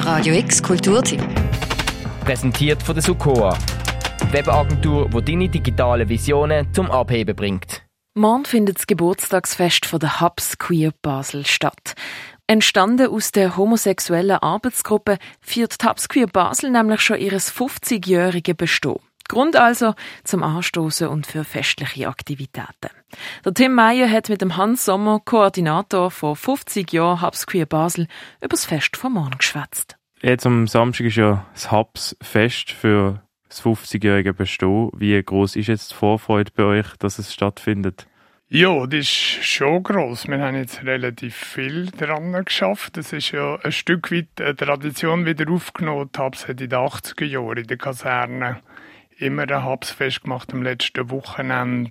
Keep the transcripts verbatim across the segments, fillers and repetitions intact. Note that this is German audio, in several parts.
Radio X Kulturtipp. Präsentiert von der Sukoa, die Webagentur, die deine digitalen Visionen zum Abheben bringt. Morgen findet das Geburtstagsfest von der Hubs Queer Basel statt. Entstanden aus der homosexuellen Arbeitsgruppe feiert die Hubs Queer Basel nämlich schon ihres fünfzigjähriges Bestehen. Grund also zum Anstoßen und für festliche Aktivitäten. Der Tim Meyer hat mit dem Hans Sommer, Koordinator von fünfzig Jahren Hubs Queer Basel, über das Fest von morgen geschwätzt. Jetzt am Samstag ist ja das Hubs Fest für das fünfzigjährige Bestehen. Wie gross ist jetzt die Vorfreude bei euch, dass es stattfindet? Ja, das ist schon gross. Wir haben jetzt relativ viel daran geschafft. Das ist ja ein Stück weit eine Tradition wieder aufgenommen. Die Hubs hat in den achtziger Jahren in der Kaserne immer ein Hubsfest gemacht am letzten Wochenende.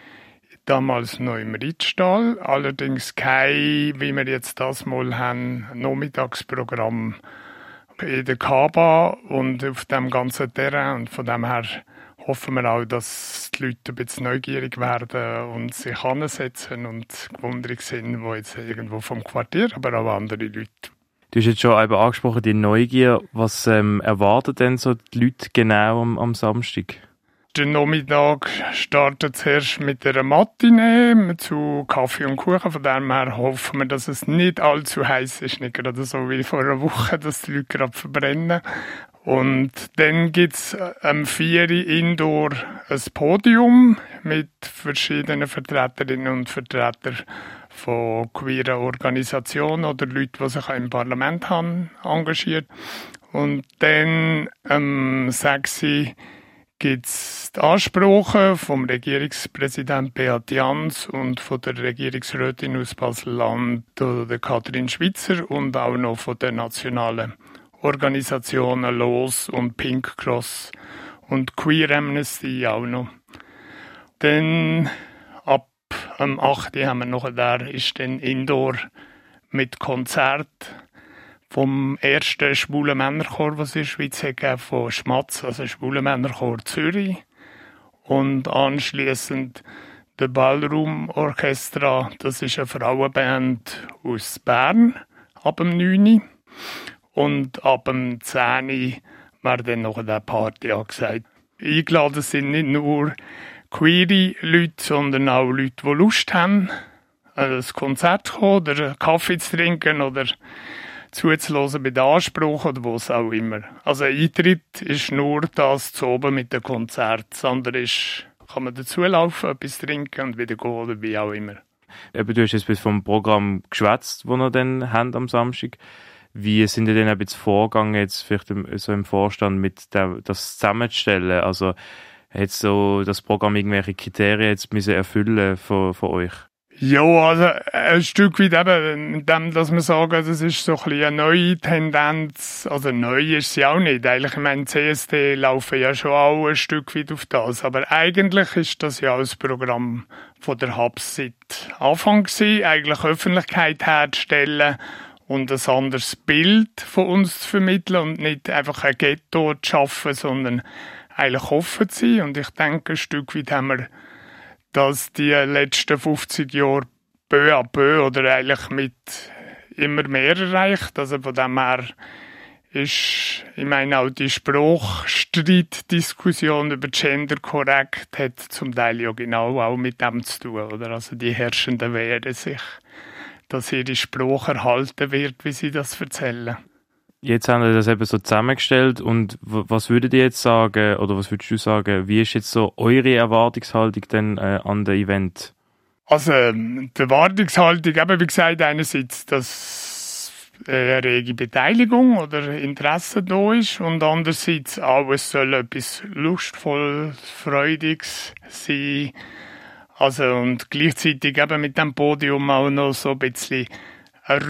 Damals noch im Rittstall. Allerdings kein, wie wir jetzt das mal haben, Nachmittagsprogramm in der Kaba und auf dem ganzen Terrain. Und von dem her hoffen wir auch, dass die Leute ein bisschen neugierig werden und sich hinsetzen und gewundert sind, wo jetzt irgendwo vom Quartier, aber auch andere Leute. Du hast jetzt schon eben angesprochen, die Neugier. Was ähm, erwarten denn so die Leute genau am, am Samstag? Der Nachmittag startet zuerst mit einer Matinee zu Kaffee und Kuchen. Von dem her hoffen wir, dass es nicht allzu heiß ist, nicht gerade so wie vor einer Woche, dass die Leute gerade verbrennen. Und dann gibt es am vier Uhr Indoor ein Podium mit verschiedenen Vertreterinnen und Vertretern von queeren Organisationen oder Leuten, die sich auch im Parlament haben engagiert. Und dann am sechs Uhr gibt es die Ansprache vom Regierungspräsident Beat Jans und von der Regierungsrätin aus Basel-Land, der Kathrin Schweizer, und auch noch von den nationalen Organisationen L O S und Pink Cross und Queer Amnesty auch noch. Dann ab am acht Uhr haben wir noch da, ist dann Indoor mit Konzert vom ersten schwulen Männerchor, was es in der Schweiz hat, von Schmatz, also schwulen Männerchor Zürich. Und anschliessend der Ballroom Orchestra, das ist eine Frauenband aus Bern, ab dem neun Uhr. Und ab dem zehn Uhr wäre dann noch eine Party angesagt. Eingeladen sind nicht nur queere Leute, sondern auch Leute, die Lust haben, ein Konzert zu kommen oder einen Kaffee zu trinken oder zuzuhören bei den Ansprachen oder was auch immer. Also Eintritt ist nur das zu oben mit dem Konzert. Das andere ist, kann man dazulaufen, etwas trinken und wieder gehen oder wie auch immer. Eben, du hast jetzt vom Programm geschwätzt, das wir dann haben am Samstag. Wie sind ihr denn ein bisschen vorgegangen, jetzt vielleicht so im Vorstand, mit der, das zusammenzustellen? Also hat so das Programm irgendwelche Kriterien jetzt müssen erfüllen von, von euch? Ja, also ein Stück weit eben, mit dem, dass wir sagen, das ist so ein bisschen eine neue Tendenz. Also neu ist sie auch nicht. Eigentlich, ich meine, C S D laufen ja schon auch ein Stück weit auf das. Aber eigentlich ist das ja auch das Programm von der Hubs seit Anfang gewesen, eigentlich Öffentlichkeit herzustellen und ein anderes Bild von uns zu vermitteln und nicht einfach ein Ghetto zu schaffen, sondern eigentlich offen zu sein. Und ich denke, ein Stück weit haben wir das die letzten fünfzig Jahre peu à peu oder eigentlich mit immer mehr erreicht. Also von dem her ist, ich meine, auch die Spruchstreitdiskussion über Gender korrekt hat zum Teil ja genau auch mit dem zu tun, oder? Also die Herrschenden wehren sich, dass ihre Spruch erhalten wird, wie sie das erzählen. Jetzt haben wir das eben so zusammengestellt und was würdet ihr jetzt sagen, oder was würdest du sagen, wie ist jetzt so eure Erwartungshaltung denn äh, an dem Event? Also die Erwartungshaltung, eben wie gesagt, einerseits, dass eine rege Beteiligung oder Interesse da ist und andererseits auch, es soll etwas Lustvolles, Freudiges sein. Also und gleichzeitig eben mit dem Podium auch noch so ein bisschen eine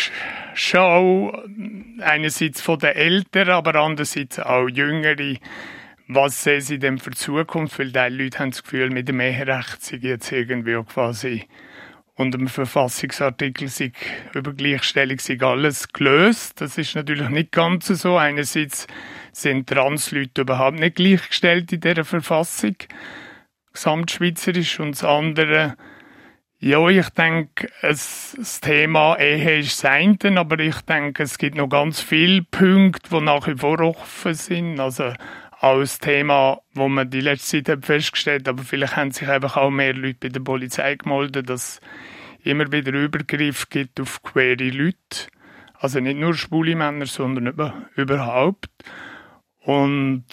Rückschau, einerseits von den Älteren, aber andererseits auch Jüngere. Was sehen sie denn für die Zukunft? Weil die Leute haben das Gefühl, mit dem Eherecht sei jetzt irgendwie quasi unter dem Verfassungsartikel sei über Gleichstellung sei alles gelöst. Das ist natürlich nicht ganz so. Einerseits sind Transleute überhaupt nicht gleichgestellt in dieser Verfassung, gesamtschweizerisch, und das andere, Ja, ich denke, es, das Thema Ehe ist das eine, aber ich denke, es gibt noch ganz viele Punkte, die nach wie vor offen sind. Also auch das Thema, wo man die letzte Zeit hat festgestellt, aber vielleicht haben sich einfach auch mehr Leute bei der Polizei gemeldet, dass es immer wieder Übergriffe gibt auf queere Leute. Also nicht nur schwule Männer, sondern über, überhaupt. Und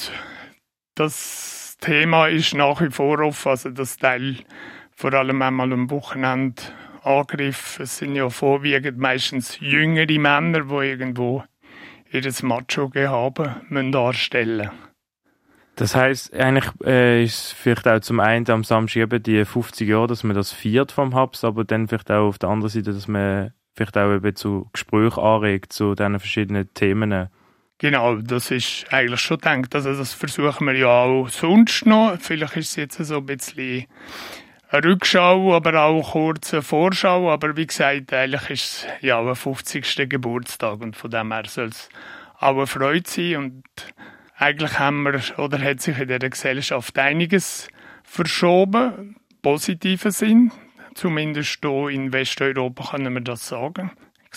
das Thema ist nach wie vor offen, also das Teil vor allem einmal am Wochenende Angriff. Es sind ja vorwiegend meistens jüngere Männer, die irgendwo ihr Macho-Gehabe darstellen müssen. Das heisst, eigentlich äh, ist es vielleicht auch zum einen am Samstag eben die fünfzig Jahre, dass man das feiert vom Hubs, aber dann vielleicht auch auf der anderen Seite, dass man vielleicht auch eben zu Gesprächen anregt, zu diesen verschiedenen Themen. Genau, das ist eigentlich schon gedacht. Also das versuchen wir ja auch sonst noch. Vielleicht ist es jetzt so ein bisschen eine Rückschau, aber auch kurz eine Vorschau. Aber wie gesagt, eigentlich ist es ja der fünfzigste Geburtstag und von dem her soll es auch eine Freude sein. Und eigentlich haben wir, oder hat sich in dieser Gesellschaft einiges verschoben, positiven Sinn. Zumindest hier in Westeuropa können wir das sagen. Die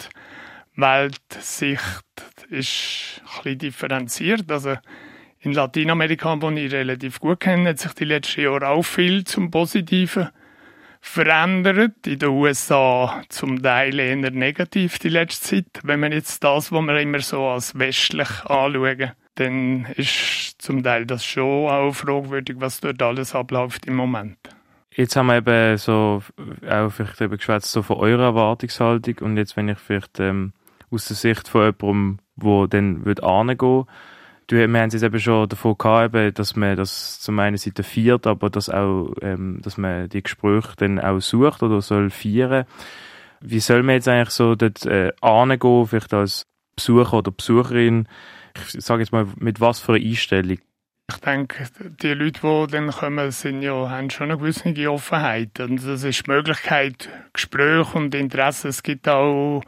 Gesamtweltsicht ist ein bisschen differenziert. Also in Lateinamerika, wo ich relativ gut kenne, hat sich die letzten Jahre auch viel zum Positiven verändert. In den U S A zum Teil eher negativ die letzte Zeit. Wenn man jetzt das, was wir immer so als westlich anschauen, dann ist zum Teil das schon auch fragwürdig, was dort alles abläuft im Moment. Jetzt haben wir eben so auch vielleicht eben geschwätzt so von eurer Erwartungshaltung und jetzt, wenn ich vielleicht ähm, aus der Sicht von jemandem, der dann wird hingehen, du, wir haben es jetzt eben schon davon gehabt, eben, dass man das zum einen Seite feiert, aber dass auch, ähm, dass man die Gespräche dann auch sucht oder soll feiern. Wie soll man jetzt eigentlich so dort äh, hingehen, vielleicht als Besucher oder Besucherin? Ich sage jetzt mal, mit was für einer Einstellung? Ich denke, die Leute, die dann kommen, sind ja, haben schon eine gewisse Offenheit. Und das ist die Möglichkeit, Gespräche und Interesse. Es gibt auch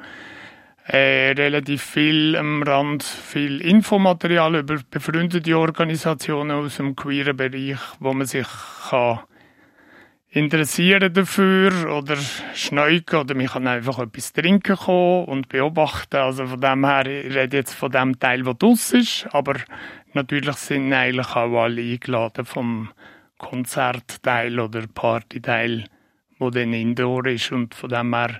äh, relativ viel am Rand, viel Infomaterial über befreundete Organisationen aus dem queeren Bereich, wo man sich kann interessieren dafür oder schneuken oder man kann einfach etwas trinken kommen und beobachten. Also von dem her, ich rede jetzt von dem Teil, der draus ist, aber natürlich sind eigentlich auch alle eingeladen vom Konzertteil oder Partyteil, wo dann indoor ist und von dem her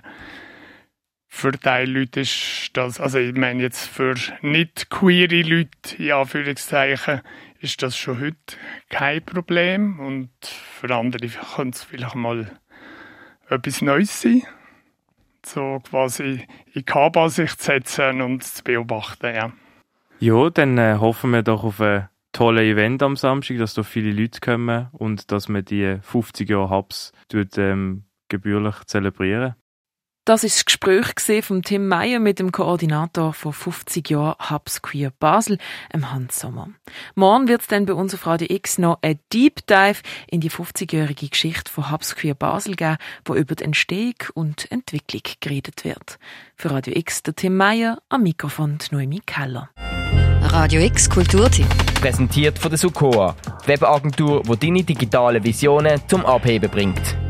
für Teilleute ist das, also ich meine jetzt für nicht queere Leute, in Anführungszeichen, ist das schon heute kein Problem und für andere könnte es vielleicht mal etwas Neues sein, so quasi in K-Basicht zu setzen und zu beobachten, ja. Ja, dann äh, hoffen wir doch auf ein tolles Event am Samstag, dass da viele Leute kommen und dass wir die fünfzig Jahre Hubs dort, ähm, gebührlich zelebrieren. Das ist das Gespräch von Tim Meyer mit dem Koordinator von fünfzig Jahren Hubs Queer Basel, dem Hans Sommer. Morgen wird es dann bei uns auf Radio X noch ein Deep Dive in die fünfzigjährige Geschichte von Hubs Queer Basel geben, wo über die Entstehung und Entwicklung geredet wird. Für Radio X der Tim Meyer, am Mikrofon die Noemi Keller. Radio X Kulturtipp. Präsentiert von der Sukoa, die Webagentur, die deine digitalen Visionen zum Abheben bringt.